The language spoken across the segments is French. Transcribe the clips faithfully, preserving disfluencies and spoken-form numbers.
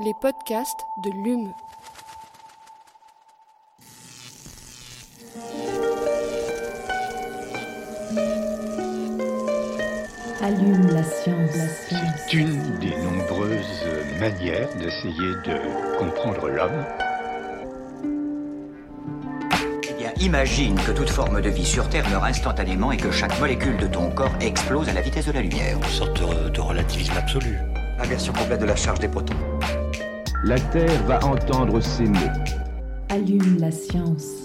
Les podcasts de l'U M. Allume la science. La science. C'est une des nombreuses manières d'essayer de comprendre l'homme. Eh bien, imagine que toute forme de vie sur Terre meurt instantanément et que chaque molécule de ton corps explose à la vitesse de la lumière. Une sorte de, de relativisme absolu. Inversion complète de la charge des protons. La Terre va entendre ces mots. Allume la science.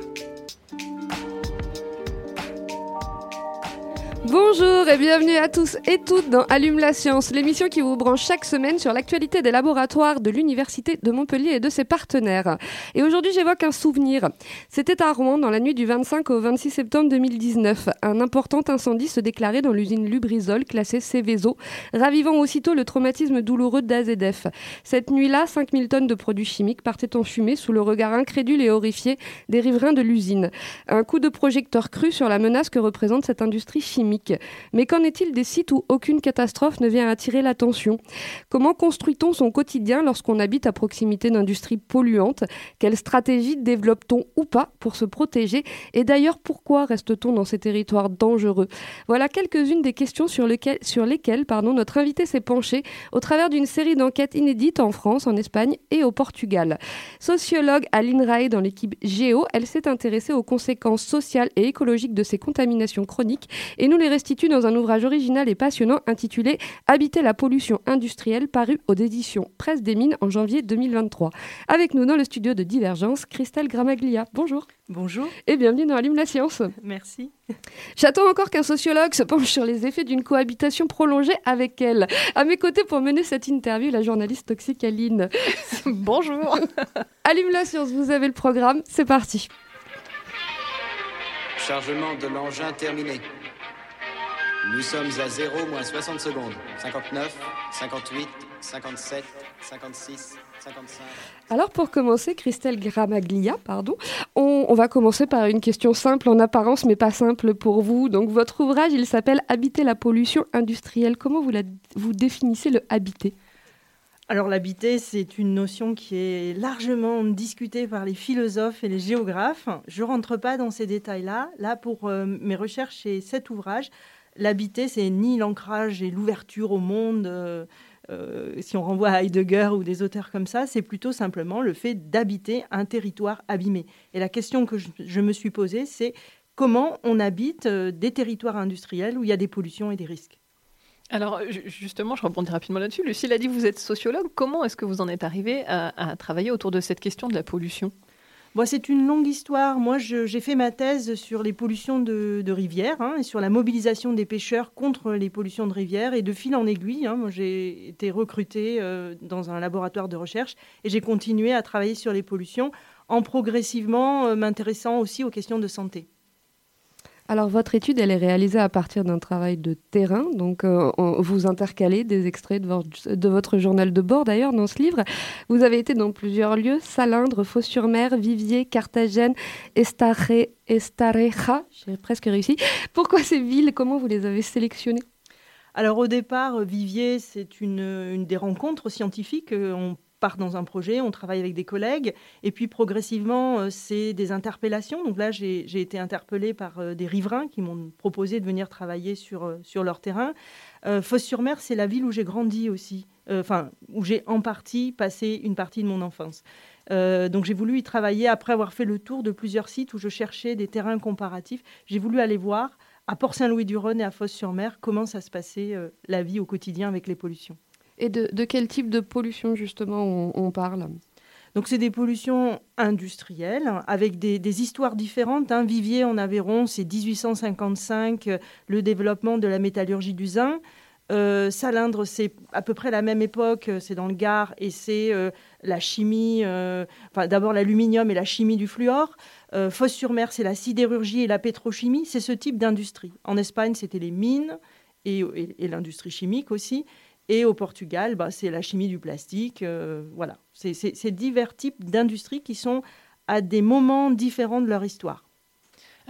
Bonjour et bienvenue à tous et toutes dans Allume la science, l'émission qui vous branche chaque semaine sur l'actualité des laboratoires de l'Université de Montpellier et de ses partenaires. Et aujourd'hui, j'évoque un souvenir. C'était à Rouen, dans la nuit du vingt-cinq au vingt-six septembre deux mille dix-neuf. Un important incendie se déclarait dans l'usine Lubrizol, classée Seveso, ravivant aussitôt le traumatisme douloureux d'A Z F. Cette nuit-là, cinq mille tonnes de produits chimiques partaient en fumée sous le regard incrédule et horrifié des riverains de l'usine. Un coup de projecteur cru sur la menace que représente cette industrie chimique. Mais qu'en est-il des sites où aucune catastrophe ne vient attirer l'attention ? Comment construit-on son quotidien lorsqu'on habite à proximité d'industries polluantes ? Quelle stratégie développe-t-on ou pas pour se protéger ? Et d'ailleurs, pourquoi reste-t-on dans ces territoires dangereux ? Voilà quelques-unes des questions sur lesquelles, sur lesquelles pardon, notre invité s'est penché au travers d'une série d'enquêtes inédites en France, en Espagne et au Portugal. Sociologue à l'INRAE dans l'équipe Géo, elle s'est intéressée aux conséquences sociales et écologiques de ces contaminations chroniques et nous les restitue dans un ouvrage original et passionnant intitulé « Habiter la pollution industrielle » paru aux éditions Presse des Mines en janvier deux mille vingt-trois. Avec nous dans le studio de Divergence, Christelle Gramaglia. Bonjour. Bonjour. Et bienvenue dans Allume la science. Merci. J'attends encore qu'un sociologue se penche sur les effets d'une cohabitation prolongée avec elle. À mes côtés pour mener cette interview, la journaliste toxique Aline. Bonjour. Allume la science, vous avez le programme, c'est parti. Chargement de l'engin terminé. Nous sommes à zéro moins soixante secondes. cinquante-neuf, cinquante-huit, cinquante-sept, cinquante-six, cinquante-cinq... Alors pour commencer, Christelle Gramaglia, pardon, on, on va commencer par une question simple en apparence, mais pas simple pour vous. Donc votre ouvrage, il s'appelle « Habiter la pollution industrielle ». Comment vous, la, vous définissez le « habiter » ? Alors l'habiter, c'est une notion qui est largement discutée par les philosophes et les géographes. Je ne rentre pas dans ces détails-là. Là, pour euh, mes recherches et cet ouvrage, l'habiter, c'est ni l'ancrage et l'ouverture au monde, euh, euh, si on renvoie à Heidegger ou des auteurs comme ça, c'est plutôt simplement le fait d'habiter un territoire abîmé. Et la question que je, je me suis posée, c'est comment on habite euh, des territoires industriels où il y a des pollutions et des risques. Alors justement, je rebondis rapidement là-dessus. Lucille a dit que vous êtes sociologue. Comment est-ce que vous en êtes arrivé à, à travailler autour de cette question de la pollution ? Bon, c'est une longue histoire. Moi, je, j'ai fait ma thèse sur les pollutions de, de rivières hein, et sur la mobilisation des pêcheurs contre les pollutions de rivières. Et de fil en aiguille, hein, moi, j'ai été recrutée euh, dans un laboratoire de recherche et j'ai continué à travailler sur les pollutions en progressivement euh, m'intéressant aussi aux questions de santé. Alors, votre étude, elle est réalisée à partir d'un travail de terrain. Donc, euh, on, vous intercalez des extraits de votre, de votre journal de bord, d'ailleurs, dans ce livre. Vous avez été dans plusieurs lieux, Salindre, Fos-sur-Mer, Viviers, Carthagène, Estare, Estareja. J'ai presque réussi. Pourquoi ces villes ? Comment vous les avez sélectionnées ? Alors, au départ, Viviers, c'est une, une des rencontres scientifiques. On part dans un projet, on travaille avec des collègues, et puis progressivement, c'est des interpellations. Donc là, j'ai, j'ai été interpellée par des riverains qui m'ont proposé de venir travailler sur, sur leur terrain. Euh, Fos-sur-Mer, c'est la ville où j'ai grandi aussi, enfin, euh, où j'ai en partie passé une partie de mon enfance. Euh, donc j'ai voulu y travailler après avoir fait le tour de plusieurs sites où je cherchais des terrains comparatifs. J'ai voulu aller voir à Port-Saint-Louis-du-Rhône et à Fos-sur-Mer comment ça se passait, euh, la vie au quotidien avec les pollutions. Et de, de quel type de pollution, justement, on, on parle ? Donc, c'est des pollutions industrielles avec des, des histoires différentes. Hein. Viviers, en Aveyron, c'est dix-huit cent cinquante-cinq, euh, le développement de la métallurgie du zinc. Euh, Salindre, c'est à peu près la même époque, c'est dans le Gard, et c'est euh, la chimie, euh, enfin, d'abord l'aluminium et la chimie du fluor. Euh, Fos-sur-Mer, c'est la sidérurgie et la pétrochimie. C'est ce type d'industrie. En Espagne, c'était les mines et, et, et l'industrie chimique aussi. Et au Portugal, bah, c'est la chimie du plastique. Euh, voilà. C'est, c'est, c'est divers types d'industries qui sont à des moments différents de leur histoire.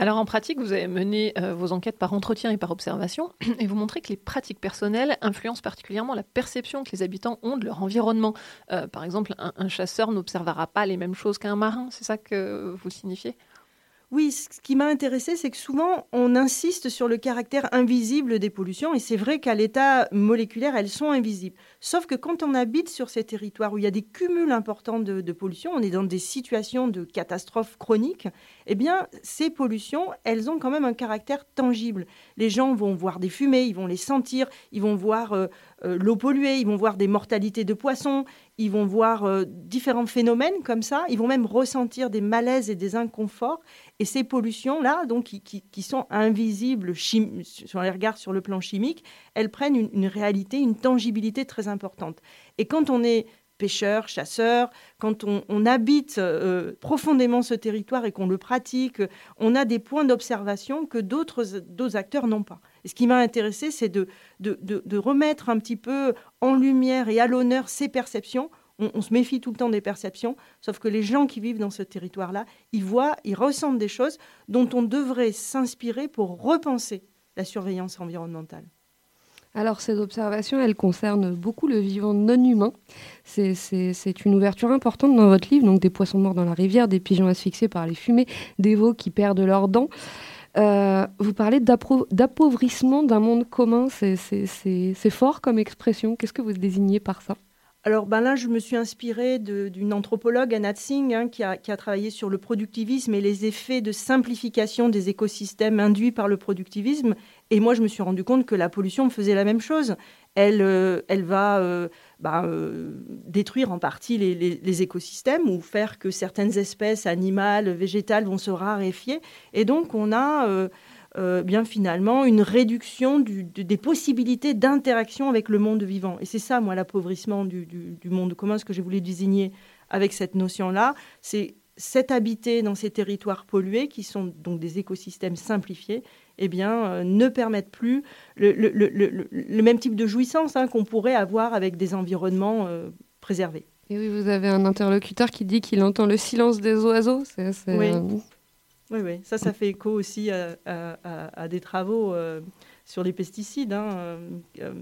Alors en pratique, vous avez mené euh, vos enquêtes par entretien et par observation, et vous montrez que les pratiques personnelles influencent particulièrement la perception que les habitants ont de leur environnement. Euh, par exemple, un, un chasseur n'observera pas les mêmes choses qu'un marin, c'est ça que vous signifiez ? Oui, ce qui m'a intéressé, c'est que souvent, on insiste sur le caractère invisible des pollutions. Et c'est vrai qu'à l'état moléculaire, elles sont invisibles. Sauf que quand on habite sur ces territoires où il y a des cumuls importants de, de pollution, on est dans des situations de catastrophes chroniques, eh bien, ces pollutions, elles ont quand même un caractère tangible. Les gens vont voir des fumées, ils vont les sentir, ils vont voir euh, euh, l'eau polluée, ils vont voir des mortalités de poissons, ils vont voir euh, différents phénomènes comme ça, ils vont même ressentir des malaises et des inconforts. Et ces pollutions-là, donc, qui, qui, qui sont invisibles chim- si on les regarde sur le plan chimique, elles prennent une, une réalité, une tangibilité très importante. Et quand on est pêcheur, chasseur, quand on, on habite euh, profondément ce territoire et qu'on le pratique, on a des points d'observation que d'autres, d'autres acteurs n'ont pas. Et ce qui m'a intéressé, c'est de, de, de, de remettre un petit peu en lumière et à l'honneur ces perceptions. On, on se méfie tout le temps des perceptions, sauf que les gens qui vivent dans ce territoire-là, ils voient, ils ressentent des choses dont on devrait s'inspirer pour repenser la surveillance environnementale. Alors, ces observations, elles concernent beaucoup le vivant non humain. C'est, c'est, c'est une ouverture importante dans votre livre, donc des poissons morts dans la rivière, des pigeons asphyxiés par les fumées, des veaux qui perdent leurs dents. Euh, vous parlez d'appro- d'appauvrissement d'un monde commun, c'est, c'est, c'est, c'est fort comme expression. Qu'est-ce que vous désignez par ça ? Alors ben là, je me suis inspirée de, d'une anthropologue, Anat Singh, hein, qui, a, qui a travaillé sur le productivisme et les effets de simplification des écosystèmes induits par le productivisme. Et moi, je me suis rendu compte que la pollution faisait la même chose. Elle, euh, elle va euh, bah, euh, détruire en partie les, les, les écosystèmes ou faire que certaines espèces animales, végétales vont se raréfier. Et donc, on a... Euh, Euh, bien finalement une réduction du, de, des possibilités d'interaction avec le monde vivant. Et c'est ça, moi, l'appauvrissement du, du, du monde commun, ce que j'ai voulu désigner avec cette notion-là, c'est cet habiter dans ces territoires pollués, qui sont donc des écosystèmes simplifiés, eh bien, euh, ne permettent plus le, le, le, le, le même type de jouissance hein, qu'on pourrait avoir avec des environnements euh, préservés. Et oui, vous avez un interlocuteur qui dit qu'il entend le silence des oiseaux. C'est, c'est, oui. Euh... Oui, oui, ça, ça fait écho aussi à, à, à, à des travaux euh, sur les pesticides. Hein. Euh, euh,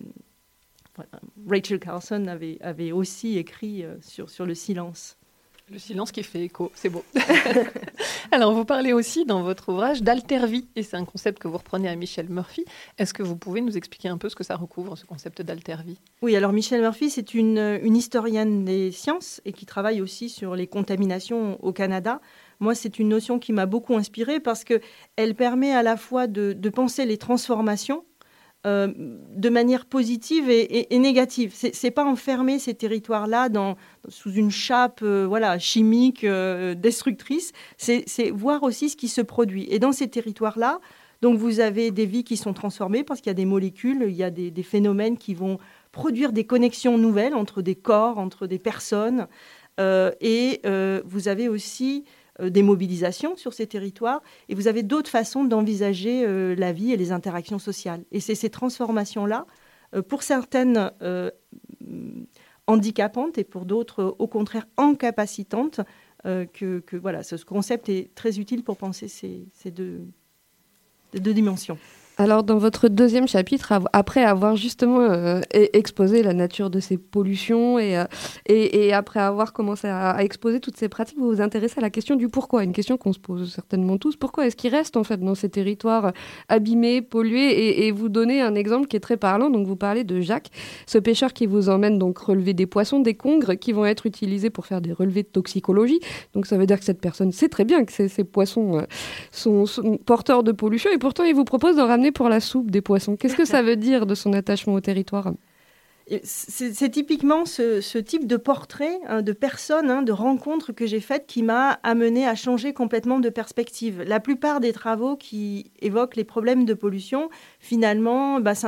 Rachel Carson avait, avait aussi écrit euh, sur, sur le silence. Le silence qui fait écho, c'est beau. Alors, vous parlez aussi dans votre ouvrage d'alter-vie, et c'est un concept que vous reprenez à Michelle Murphy. Est-ce que vous pouvez nous expliquer un peu ce que ça recouvre, ce concept d'alter-vie ? Oui, alors Michelle Murphy, c'est une, une historienne des sciences et qui travaille aussi sur les contaminations au Canada. Moi, c'est une notion qui m'a beaucoup inspirée parce qu'elle permet à la fois de, de penser les transformations euh, de manière positive et, et, et négative. Ce n'est pas enfermer ces territoires-là dans, sous une chape euh, voilà, chimique euh, destructrice. C'est, c'est voir aussi ce qui se produit. Et dans ces territoires-là, donc vous avez des vies qui sont transformées parce qu'il y a des molécules, il y a des, des phénomènes qui vont produire des connexions nouvelles entre des corps, entre des personnes. Euh, et euh, vous avez aussi des mobilisations sur ces territoires, et vous avez d'autres façons d'envisager euh, la vie et les interactions sociales. Et c'est ces transformations-là, euh, pour certaines euh, handicapantes et pour d'autres, au contraire, incapacitantes, euh, que, que voilà, ce concept est très utile pour penser ces, ces deux, ces deux dimensions. Alors, dans votre deuxième chapitre, après avoir justement euh, exposé la nature de ces pollutions et, euh, et, et après avoir commencé à, à exposer toutes ces pratiques, vous vous intéressez à la question du pourquoi, une question qu'on se pose certainement tous. Pourquoi est-ce qu'ils restent en fait dans ces territoires abîmés, pollués et, et vous donnez un exemple qui est très parlant. Donc, vous parlez de Jacques, ce pêcheur qui vous emmène donc relever des poissons, des congres qui vont être utilisés pour faire des relevés de toxicologie. Donc, ça veut dire que cette personne sait très bien que ces, ces poissons euh, sont, sont porteurs de pollution et pourtant, il vous propose d'en ramener pour la soupe des poissons. Qu'est-ce que ça veut dire de son attachement au territoire ? C'est, c'est typiquement ce, ce type de portrait, hein, de personnes, hein, de rencontres que j'ai faites qui m'a amené à changer complètement de perspective. La plupart des travaux qui évoquent les problèmes de pollution, finalement, bah,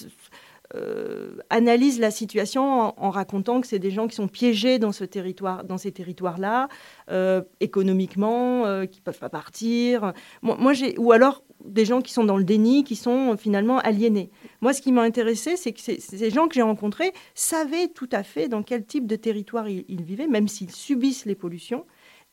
euh, analysent la situation en, en racontant que c'est des gens qui sont piégés dans, ce territoire, dans ces territoires-là, euh, économiquement, euh, qui ne peuvent pas partir. Moi, moi, j'ai, ou alors des gens qui sont dans le déni, qui sont finalement aliénés. Moi, ce qui m'a intéressé, c'est que ces, ces gens que j'ai rencontrés savaient tout à fait dans quel type de territoire ils, ils vivaient, même s'ils subissent les pollutions.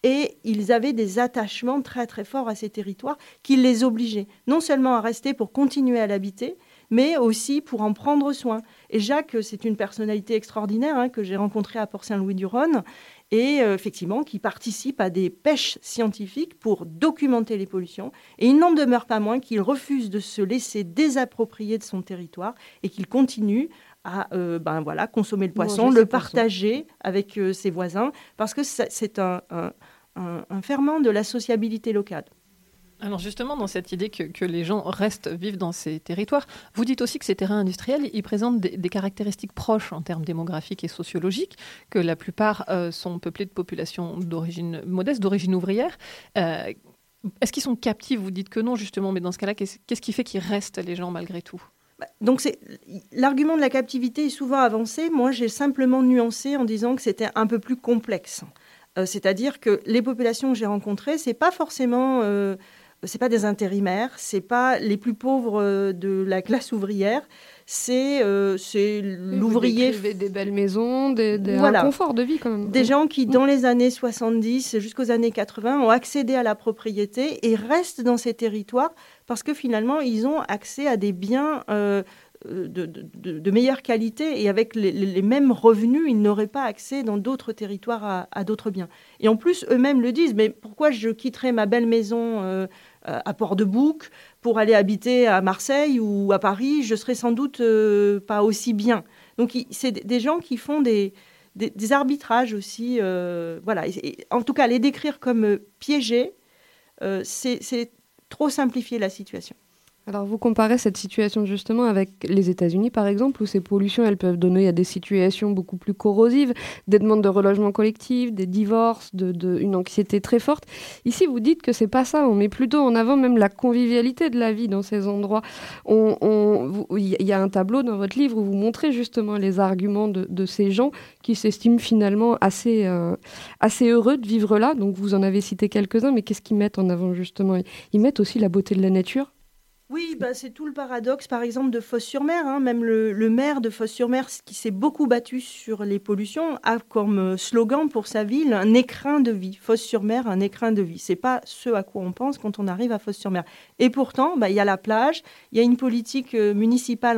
Et ils avaient des attachements très très forts à ces territoires qui les obligeaient non seulement à rester pour continuer à l'habiter, mais aussi pour en prendre soin. Et Jacques, c'est une personnalité extraordinaire hein, que j'ai rencontrée à Port-Saint-Louis-du-Rhône et euh, effectivement qui participe à des pêches scientifiques pour documenter les pollutions. Et il n'en demeure pas moins qu'il refuse de se laisser désapproprier de son territoire et qu'il continue à euh, ben voilà, consommer le poisson, Manger le ses partager poissons. avec euh, ses voisins, parce que ça, c'est un, un, un, un ferment de la sociabilité locale. Alors justement, dans cette idée que, que les gens restent vivre dans ces territoires, vous dites aussi que ces terrains industriels, ils présentent des, des caractéristiques proches en termes démographiques et sociologiques, que la plupart euh, sont peuplés de populations d'origine modeste, d'origine ouvrière. Euh, est-ce qu'ils sont captifs? Vous dites que non, justement, mais dans ce cas-là, qu'est-ce, qu'est-ce qui fait qu'ils restent, les gens, malgré tout? Donc c'est, l'argument de la captivité est souvent avancé. Moi, j'ai simplement nuancé en disant que c'était un peu plus complexe. Euh, c'est-à-dire que les populations que j'ai rencontrées, c'est pas forcément, euh, c'est pas des intérimaires, c'est pas les plus pauvres euh, de la classe ouvrière. C'est, euh, c'est l'ouvrier. Vous des belles maisons, des, des, voilà. un confort de vie quand même. Des gens qui, dans les années soixante-dix jusqu'aux années quatre-vingts, ont accédé à la propriété et restent dans ces territoires parce que finalement, ils ont accès à des biens euh, de, de, de, de meilleure qualité et avec les, les mêmes revenus, ils n'auraient pas accès dans d'autres territoires à, à d'autres biens. Et en plus, eux-mêmes le disent, mais pourquoi je quitterais ma belle maison euh, à Port-de-Bouc pour aller habiter à Marseille ou à Paris, je serais sans doute euh, pas aussi bien. Donc, c'est des gens qui font des, des, des arbitrages aussi. Euh, voilà. Et, et, en tout cas, les décrire comme euh, piégés, euh, c'est, c'est trop simplifier la situation. Alors, vous comparez cette situation justement avec les États-Unis, par exemple, où ces pollutions, elles peuvent donner à des situations beaucoup plus corrosives, des demandes de relogement collectif, des divorces, de, de, une anxiété très forte. Ici, vous dites que c'est pas ça. On met plutôt en avant même la convivialité de la vie dans ces endroits. On, on, il y a un tableau dans votre livre où vous montrez justement les arguments de, de ces gens qui s'estiment finalement assez, euh, assez heureux de vivre là. Donc, vous en avez cité quelques-uns, mais qu'est-ce qu'ils mettent en avant justement? Ils mettent aussi la beauté de la nature. Oui, bah, c'est tout le paradoxe, par exemple, de Fos-sur-Mer. Hein. Même le, le maire de Fos-sur-Mer, qui s'est beaucoup battu sur les pollutions, a comme slogan pour sa ville un écrin de vie. Fos-sur-Mer, un écrin de vie. C'est pas ce à quoi on pense quand on arrive à Fos-sur-Mer. Et pourtant, bah, y a la plage, il y a une politique municipale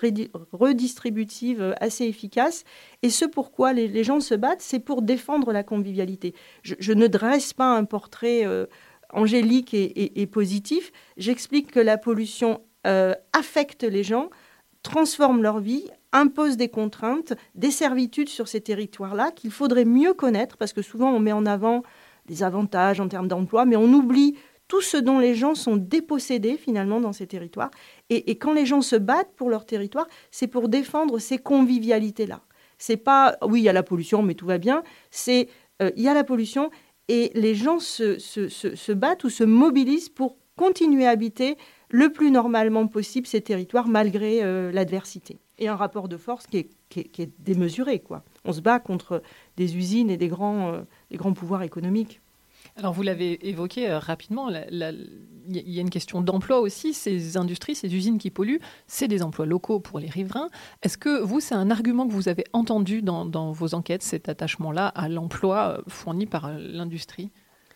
redistributive assez efficace. Et ce pourquoi les, les gens se battent, c'est pour défendre la convivialité. Je, je ne dresse pas un portrait Euh, angélique et, et, et positif. J'explique que la pollution euh, affecte les gens, transforme leur vie, impose des contraintes, des servitudes sur ces territoires-là qu'il faudrait mieux connaître parce que souvent on met en avant des avantages en termes d'emploi, mais on oublie tout ce dont les gens sont dépossédés finalement dans ces territoires. Et, et quand les gens se battent pour leur territoire, c'est pour défendre ces convivialités-là. C'est pas, oui, il y a la pollution, mais tout va bien. C'est, euh, il y a la pollution et les gens se, se, se, se battent ou se mobilisent pour continuer à habiter le plus normalement possible ces territoires malgré euh, l'adversité. Et un rapport de force qui est, qui est, qui est démesuré, quoi. On se bat contre des usines et des grands, euh, des grands pouvoirs économiques. Alors, vous l'avez évoqué euh, rapidement, il y a une question d'emploi aussi. Ces industries, ces usines qui polluent, c'est des emplois locaux pour les riverains. Est-ce que vous, c'est un argument que vous avez entendu dans, dans vos enquêtes, cet attachement-là à l'emploi fourni par l'industrie ?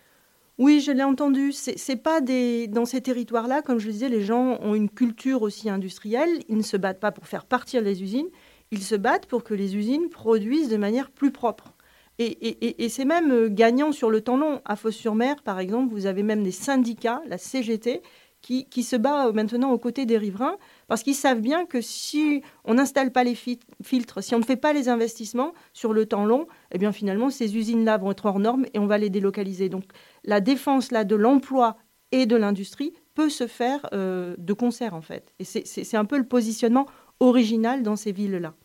Oui, je l'ai entendu. C'est, c'est pas des... Dans ces territoires-là, comme je le disais, les gens ont une culture aussi industrielle. Ils ne se battent pas pour faire partir les usines. Ils se battent pour que les usines produisent de manière plus propre. Et, et, et c'est même gagnant sur le temps long. À Fos-sur-Mer, par exemple, vous avez même des syndicats, la C G T, qui, qui se bat maintenant aux côtés des riverains, parce qu'ils savent bien que si on n'installe pas les fi- filtres, si on ne fait pas les investissements sur le temps long, eh bien finalement, ces usines-là vont être hors normes et on va les délocaliser. Donc la défense là, de l'emploi et de l'industrie peut se faire euh, de concert, en fait. Et c'est, c'est, c'est un peu le positionnement original dans ces villes-là.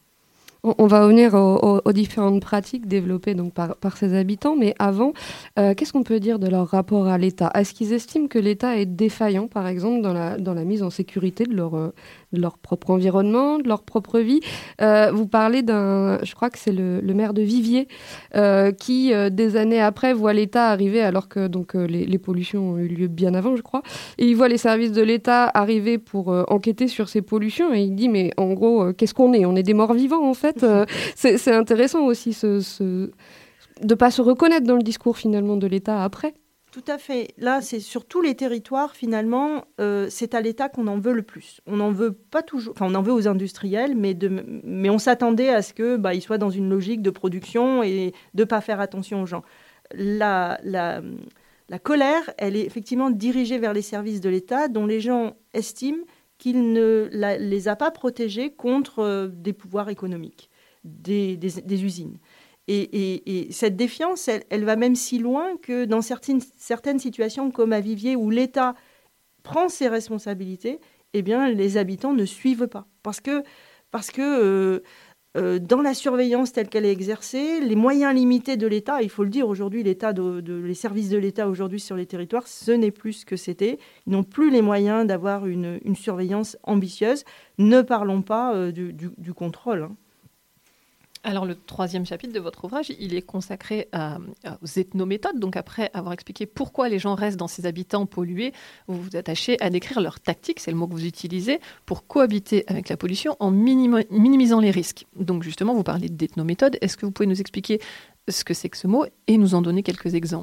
On va revenir aux, aux, aux différentes pratiques développées donc par, par ces habitants, mais avant, euh, qu'est-ce qu'on peut dire de leur rapport à l'État ? Est-ce qu'ils estiment que l'État est défaillant, par exemple, dans la, dans la mise en sécurité de leur, euh, de leur propre environnement, de leur propre vie ? euh, Vous parlez d'un, je crois que c'est le, le maire de Viviers, euh, qui, euh, des années après, voit l'État arriver, alors que donc, euh, les, les pollutions ont eu lieu bien avant, je crois, et il voit les services de l'État arriver pour euh, enquêter sur ces pollutions, et il dit, mais en gros, euh, qu'est-ce qu'on est ? On est des morts vivants, en fait. Euh, c'est, c'est intéressant aussi ce, ce, de pas se reconnaître dans le discours finalement de l'État après. Tout à fait. Là, c'est sur tous les territoires, finalement, euh, c'est à l'État qu'on en veut le plus. On n'en veut pas toujours, enfin, on en veut aux industriels, mais, de, mais on s'attendait à ce qu'ils bah, soient dans une logique de production et de ne pas faire attention aux gens. La, la, la colère, elle est effectivement dirigée vers les services de l'État dont les gens estiment qu'il ne la, les a pas protégés contre euh, des pouvoirs économiques, des, des, des usines. Et, et, et cette défiance, elle, elle va même si loin que dans certaines, certaines situations comme à Viviers, où l'État prend ses responsabilités, eh bien, les habitants ne suivent pas. Parce que, parce que euh, euh, dans la surveillance telle qu'elle est exercée, les moyens limités de l'État, il faut le dire aujourd'hui, l'État de, de, les services de l'État aujourd'hui sur les territoires, ce n'est plus ce que c'était. Ils n'ont plus les moyens d'avoir une, une surveillance ambitieuse. Ne parlons pas euh, du, du, du contrôle, hein. Alors, le troisième chapitre de votre ouvrage, il est consacré à, aux ethnométhodes. Donc, après avoir expliqué pourquoi les gens restent dans ces habitats pollués, vous vous attachez à décrire leurs tactiques, c'est le mot que vous utilisez, pour cohabiter avec la pollution en minima- minimisant les risques. Donc, justement, vous parlez d'ethnométhode. Est-ce que vous pouvez nous expliquer ce que c'est que ce mot et nous en donner quelques exemples ?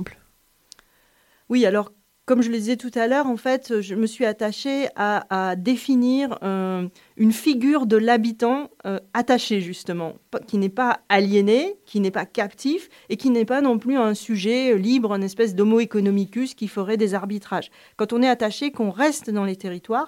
Oui, alors, comme je le disais tout à l'heure, en fait, je me suis attachée à, à définir euh, une figure de l'habitant euh, attaché, justement, qui n'est pas aliéné, qui n'est pas captif et qui n'est pas non plus un sujet libre, une espèce d'homo economicus qui ferait des arbitrages. Quand on est attaché, qu'on reste dans les territoires,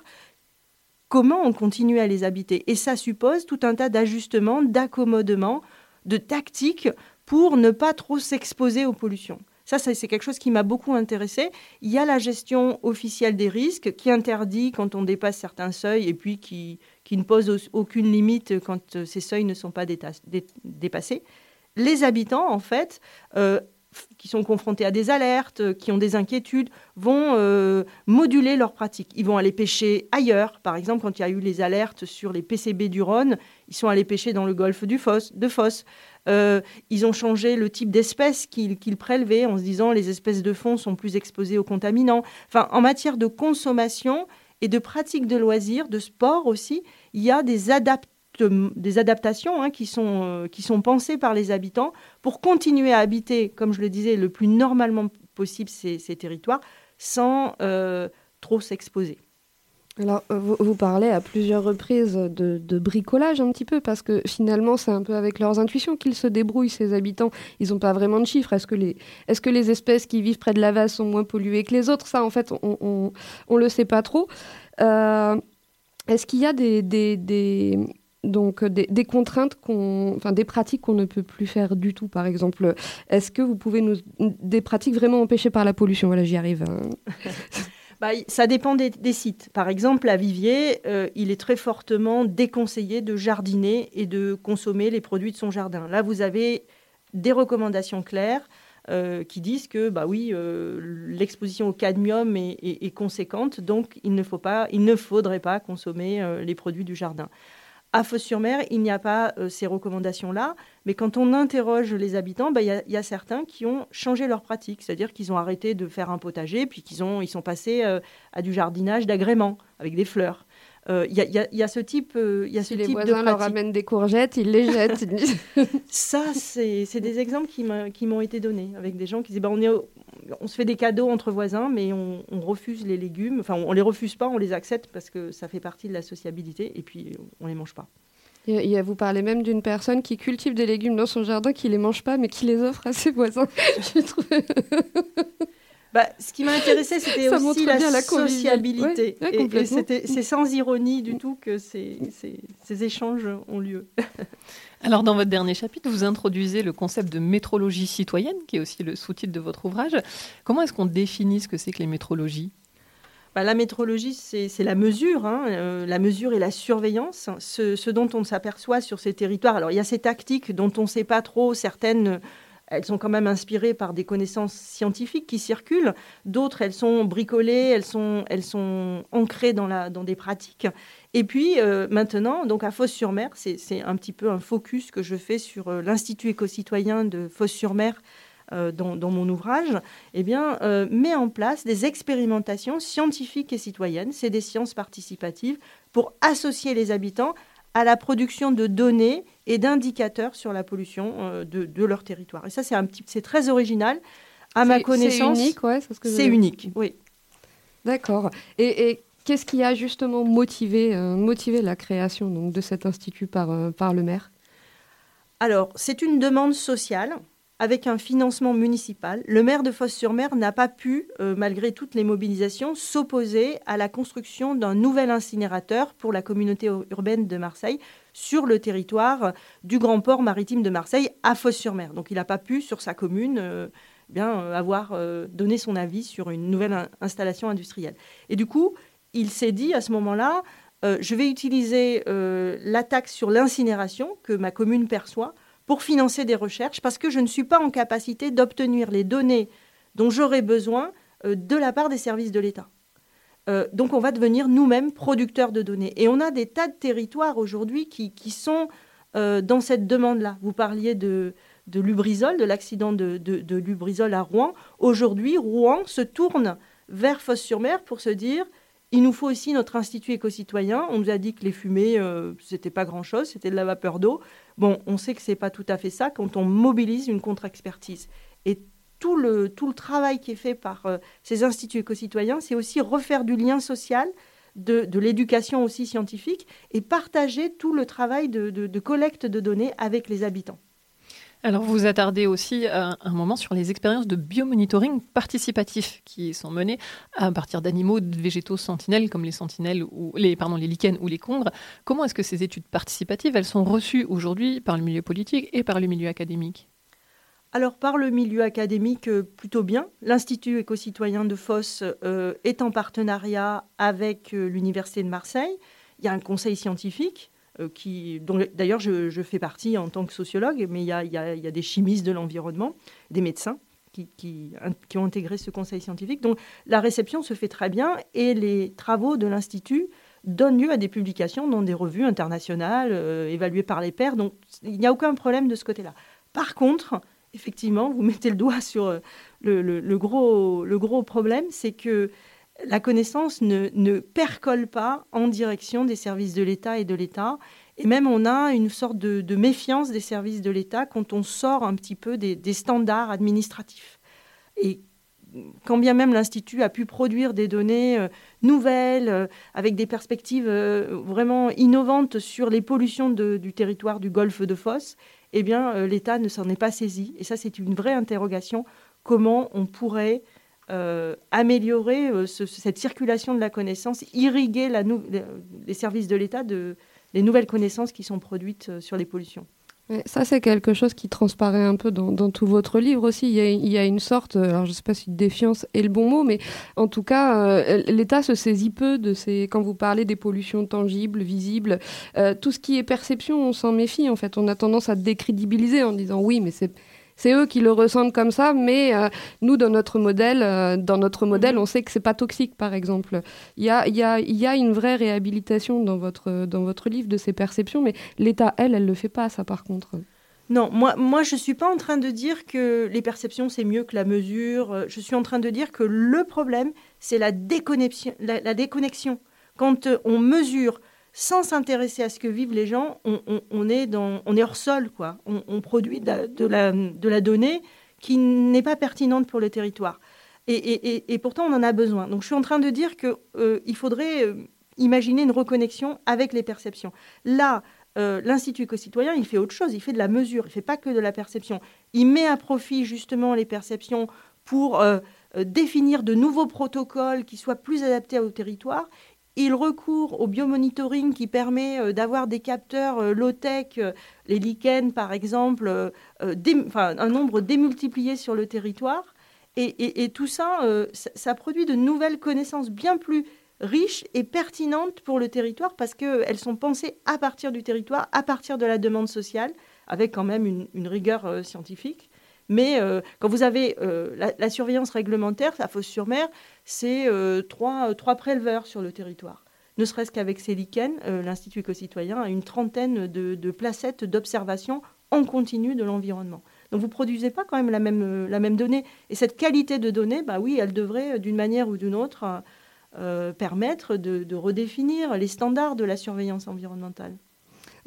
comment on continue à les habiter ? Et ça suppose tout un tas d'ajustements, d'accommodements, de tactiques pour ne pas trop s'exposer aux pollutions. Ça, c'est quelque chose qui m'a beaucoup intéressée. Il y a la gestion officielle des risques qui interdit quand on dépasse certains seuils et puis qui, qui ne pose aucune limite quand ces seuils ne sont pas déta- dé- dépassés. Les habitants, en fait, euh, qui sont confrontés à des alertes, qui ont des inquiétudes, vont euh, moduler leurs pratiques. Ils vont aller pêcher ailleurs. Par exemple, quand il y a eu les alertes sur les P C B du Rhône, ils sont allés pêcher dans le golfe du Fos, de Fos. Euh, ils ont changé le type d'espèces qu'ils, qu'ils prélevaient en se disant les espèces de fond sont plus exposées aux contaminants. Enfin, en matière de consommation et de pratique de loisirs, de sport aussi, il y a des, adapt- des adaptations hein, qui, sont, euh, qui sont pensées par les habitants pour continuer à habiter, comme je le disais, le plus normalement possible ces, ces territoires sans euh, trop s'exposer. Alors, vous, vous parlez à plusieurs reprises de, de bricolage un petit peu, parce que finalement, c'est un peu avec leurs intuitions qu'ils se débrouillent, ces habitants. Ils n'ont pas vraiment de chiffres. Est-ce que, les, est-ce que les espèces qui vivent près de la vase sont moins polluées que les autres ? Ça, en fait, on ne le sait pas trop. Euh, est-ce qu'il y a des, des, des, donc, des, des contraintes, qu'on, enfin, des pratiques qu'on ne peut plus faire du tout, par exemple ? Est-ce que vous pouvez nous... Des pratiques vraiment empêchées par la pollution ? Voilà, j'y arrive. Hein. Bah, ça dépend des, des sites. Par exemple, à Viviers, euh, il est très fortement déconseillé de jardiner et de consommer les produits de son jardin. Là, vous avez des recommandations claires euh, qui disent que bah oui, euh, l'exposition au cadmium est, est, est conséquente, donc il ne, faut pas, il ne faudrait pas consommer euh, les produits du jardin. À Fos-sur-Mer, il n'y a pas euh, ces recommandations-là, mais quand on interroge les habitants, bah, y a, y a certains qui ont changé leur pratique, c'est-à-dire qu'ils ont arrêté de faire un potager, puis qu'ils ont, ils sont passés euh, à du jardinage d'agrément, avec des fleurs. Il euh, y, y, y a ce type, euh, y a si ce les type voisins de leur amènent des courgettes, ils les jettent. Ça, c'est, c'est des exemples qui, m'a, qui m'ont été donnés, avec des gens qui disaient bah, on, est, on se fait des cadeaux entre voisins, mais on, on refuse les légumes. Enfin, on ne les refuse pas, on les accepte parce que ça fait partie de la sociabilité, et puis on ne les mange pas. Et vous parlez même d'une personne qui cultive des légumes dans son jardin, qui ne les mange pas, mais qui les offre à ses voisins. Je trouve... Bah, ce qui m'a intéressé, c'était ça aussi la, la sociabilité. Ouais, ouais, et, et c'était, c'est sans ironie du tout que ces, ces, ces échanges ont lieu. Alors, dans votre dernier chapitre, vous introduisez le concept de métrologie citoyenne, qui est aussi le sous-titre de votre ouvrage. Comment est-ce qu'on définit ce que c'est que les métrologies ? Bah, la métrologie, c'est, c'est la mesure, hein, euh, la mesure et la surveillance, ce, ce dont on s'aperçoit sur ces territoires. Alors, il y a ces tactiques dont on ne sait pas trop, certaines... Elles sont quand même inspirées par des connaissances scientifiques qui circulent. D'autres, elles sont bricolées, elles sont, elles sont ancrées dans, la, dans des pratiques. Et puis, euh, maintenant, donc à Fos-sur-Mer, c'est, c'est un petit peu un focus que je fais sur euh, l'Institut éco-citoyen de Fos-sur-Mer euh, dans, dans mon ouvrage, eh bien, euh, met en place des expérimentations scientifiques et citoyennes. C'est des sciences participatives pour associer les habitants à la production de données et d'indicateurs sur la pollution euh, de, de leur territoire. Et ça, c'est, un petit, c'est très original. À ma connaissance, c'est unique, ouais, c'est ce que c'est je... unique, oui. D'accord. Et, et qu'est-ce qui a justement motivé, euh, motivé la création donc, de cet institut par, euh, par le maire ? Alors, c'est une demande sociale avec un financement municipal. Le maire de Fos-sur-Mer n'a pas pu, euh, malgré toutes les mobilisations, s'opposer à la construction d'un nouvel incinérateur pour la communauté urbaine de Marseille sur le territoire du grand port maritime de Marseille à Fos-sur-Mer. Donc, il n'a pas pu, sur sa commune, euh, bien, euh, avoir euh, donné son avis sur une nouvelle in- installation industrielle. Et du coup, il s'est dit à ce moment-là, euh, je vais utiliser euh, la taxe sur l'incinération que ma commune perçoit pour financer des recherches, parce que je ne suis pas en capacité d'obtenir les données dont j'aurais besoin euh, de la part des services de l'État. Euh, donc, on va devenir nous-mêmes producteurs de données. Et on a des tas de territoires aujourd'hui qui, qui sont euh, dans cette demande-là. Vous parliez de, de Lubrizol, de l'accident de, de, de Lubrizol à Rouen. Aujourd'hui, Rouen se tourne vers Fos-sur-Mer pour se dire il nous faut aussi notre institut éco-citoyen. On nous a dit que les fumées, euh, c'était pas grand-chose, c'était de la vapeur d'eau. Bon, on sait que c'est pas tout à fait ça quand on mobilise une contre-expertise. Et tout le, tout le travail qui est fait par euh, ces instituts éco-citoyens, c'est aussi refaire du lien social, de, de l'éducation aussi scientifique, et partager tout le travail de, de, de collecte de données avec les habitants. Alors, vous vous attardez aussi euh, un moment sur les expériences de biomonitoring participatif qui sont menées à partir d'animaux, de végétaux sentinelles comme les sentinelles ou les, pardon, les lichens ou les congres. Comment est-ce que ces études participatives, elles sont reçues aujourd'hui par le milieu politique et par le milieu académique ? Alors, par le milieu académique, euh, plutôt bien. L'Institut éco-citoyen de Fos euh, est en partenariat avec euh, l'Université de Marseille. Il y a un conseil scientifique. Qui, dont, d'ailleurs, je, je fais partie en tant que sociologue, mais il y a, il y a, il y a des chimistes de l'environnement, des médecins qui, qui, qui ont intégré ce conseil scientifique. Donc, la réception se fait très bien et les travaux de l'Institut donnent lieu à des publications dans des revues internationales, euh, évaluées par les pairs. Donc, il n'y a aucun problème de ce côté-là. Par contre, effectivement, vous mettez le doigt sur le, le, le, gros, le gros problème, c'est que la connaissance ne, ne percole pas en direction des services de l'État et de l'État. Et même, on a une sorte de, de méfiance des services de l'État quand on sort un petit peu des, des standards administratifs. Et quand bien même l'Institut a pu produire des données euh, nouvelles, euh, avec des perspectives euh, vraiment innovantes sur les pollutions de, du territoire du golfe de Fos, eh bien, euh, l'État ne s'en est pas saisi. Et ça, c'est une vraie interrogation. Comment on pourrait Euh, améliorer euh, ce, cette circulation de la connaissance, irriguer la nou- les services de l'État de les nouvelles connaissances qui sont produites euh, sur les pollutions. Ouais, ça, c'est quelque chose qui transparaît un peu dans, dans tout votre livre aussi. Il y a, il y a une sorte, alors je ne sais pas si défiance est le bon mot, mais en tout cas, euh, l'État se saisit peu de ces... Quand vous parlez des pollutions tangibles, visibles, euh, tout ce qui est perception, on s'en méfie. En fait, on a tendance à décrédibiliser en disant oui, mais c'est... C'est eux qui le ressentent comme ça, mais euh, nous, dans notre modèle, euh, dans notre modèle, on sait que c'est pas toxique, par exemple. Il y a, il y a, il y a une vraie réhabilitation dans votre, dans votre livre de ces perceptions, mais l'État, elle, elle le fait pas, ça, par contre. Non, moi, moi je suis pas en train de dire que les perceptions, c'est mieux que la mesure. Je suis en train de dire que le problème, c'est la déconnexion. La, la déconnexion. Quand euh, on mesure sans s'intéresser à ce que vivent les gens, on, on, on, est, dans, on est hors sol, quoi. On, on produit de la, de, la, de la donnée qui n'est pas pertinente pour le territoire. Et, et, et, et pourtant, on en a besoin. Donc, je suis en train de dire qu'il euh, faudrait euh, imaginer une reconnexion avec les perceptions. Là, euh, l'Institut éco-citoyen, il fait autre chose. Il fait de la mesure. Il ne fait pas que de la perception. Il met à profit, justement, les perceptions pour euh, euh, définir de nouveaux protocoles qui soient plus adaptés au territoire. Il recourt au biomonitoring qui permet euh, d'avoir des capteurs euh, low-tech, euh, les lichens par exemple, euh, dé- un nombre démultiplié sur le territoire. Et, et, et tout ça, euh, ça, ça produit de nouvelles connaissances bien plus riches et pertinentes pour le territoire parce qu'elles sont pensées à partir du territoire, à partir de la demande sociale, avec quand même une, une rigueur euh, scientifique. Mais euh, quand vous avez euh, la, la surveillance réglementaire, à Fos-sur-Mer, c'est euh, trois, trois préleveurs sur le territoire. Ne serait-ce qu'avec ces lichens, euh, l'Institut éco-citoyen a une trentaine de, de placettes d'observation en continu de l'environnement. Donc vous ne produisez pas quand même la même, euh, la même donnée. Et cette qualité de données, bah oui, elle devrait, d'une manière ou d'une autre, euh, permettre de, de redéfinir les standards de la surveillance environnementale.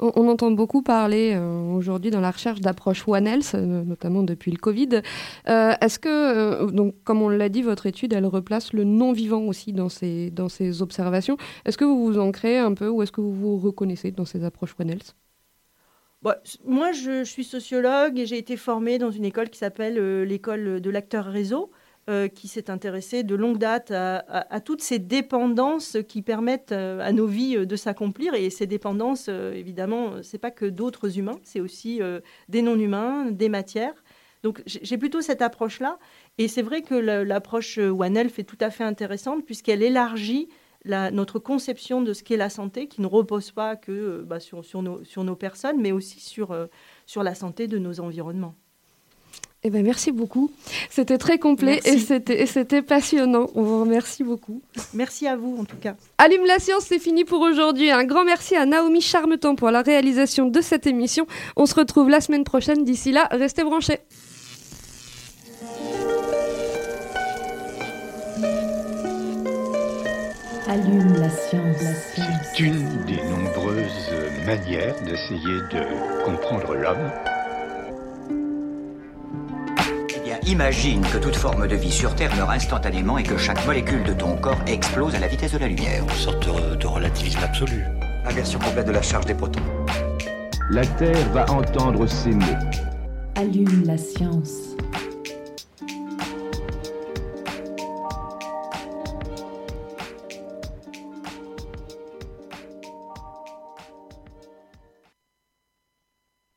On, on entend beaucoup parler euh, aujourd'hui dans la recherche d'approche One Health, euh, notamment depuis le Covid. Euh, est-ce que, euh, donc, comme on l'a dit, votre étude, elle replace le non-vivant aussi dans ces, dans ces observations. Est-ce que vous vous ancrez un peu ou est-ce que vous vous reconnaissez dans ces approches One Health ? Bon, moi, je, je suis sociologue et j'ai été formée dans une école qui s'appelle euh, l'école de l'acteur réseau, euh, qui s'est intéressée de longue date à, à, à toutes ces dépendances qui permettent euh, à nos vies de s'accomplir. Et ces dépendances, euh, évidemment, c'est pas que d'autres humains, c'est aussi euh, des non-humains, des matières. Donc, j'ai plutôt cette approche-là. Et c'est vrai que l'approche One Health est tout à fait intéressante puisqu'elle élargit La, notre conception de ce qu'est la santé, qui ne repose pas que bah, sur, sur, nos, sur nos personnes, mais aussi sur, euh, sur la santé de nos environnements. Eh ben, merci beaucoup. C'était très complet et c'était, et c'était passionnant. On vous remercie beaucoup. Merci à vous, en tout cas. Allume la science, c'est fini pour aujourd'hui. Un grand merci à Naomi Charmetan pour la réalisation de cette émission. On se retrouve la semaine prochaine. D'ici là, restez branchés. Allume la science. La science. C'est une des nombreuses manières d'essayer de comprendre l'homme. Eh bien, imagine que toute forme de vie sur Terre meurt instantanément et que chaque molécule de ton corps explose à la vitesse de la lumière. Une sorte de, de relativisme absolu. Inversion complète de la charge des protons. La Terre va entendre ces mots. Allume la science.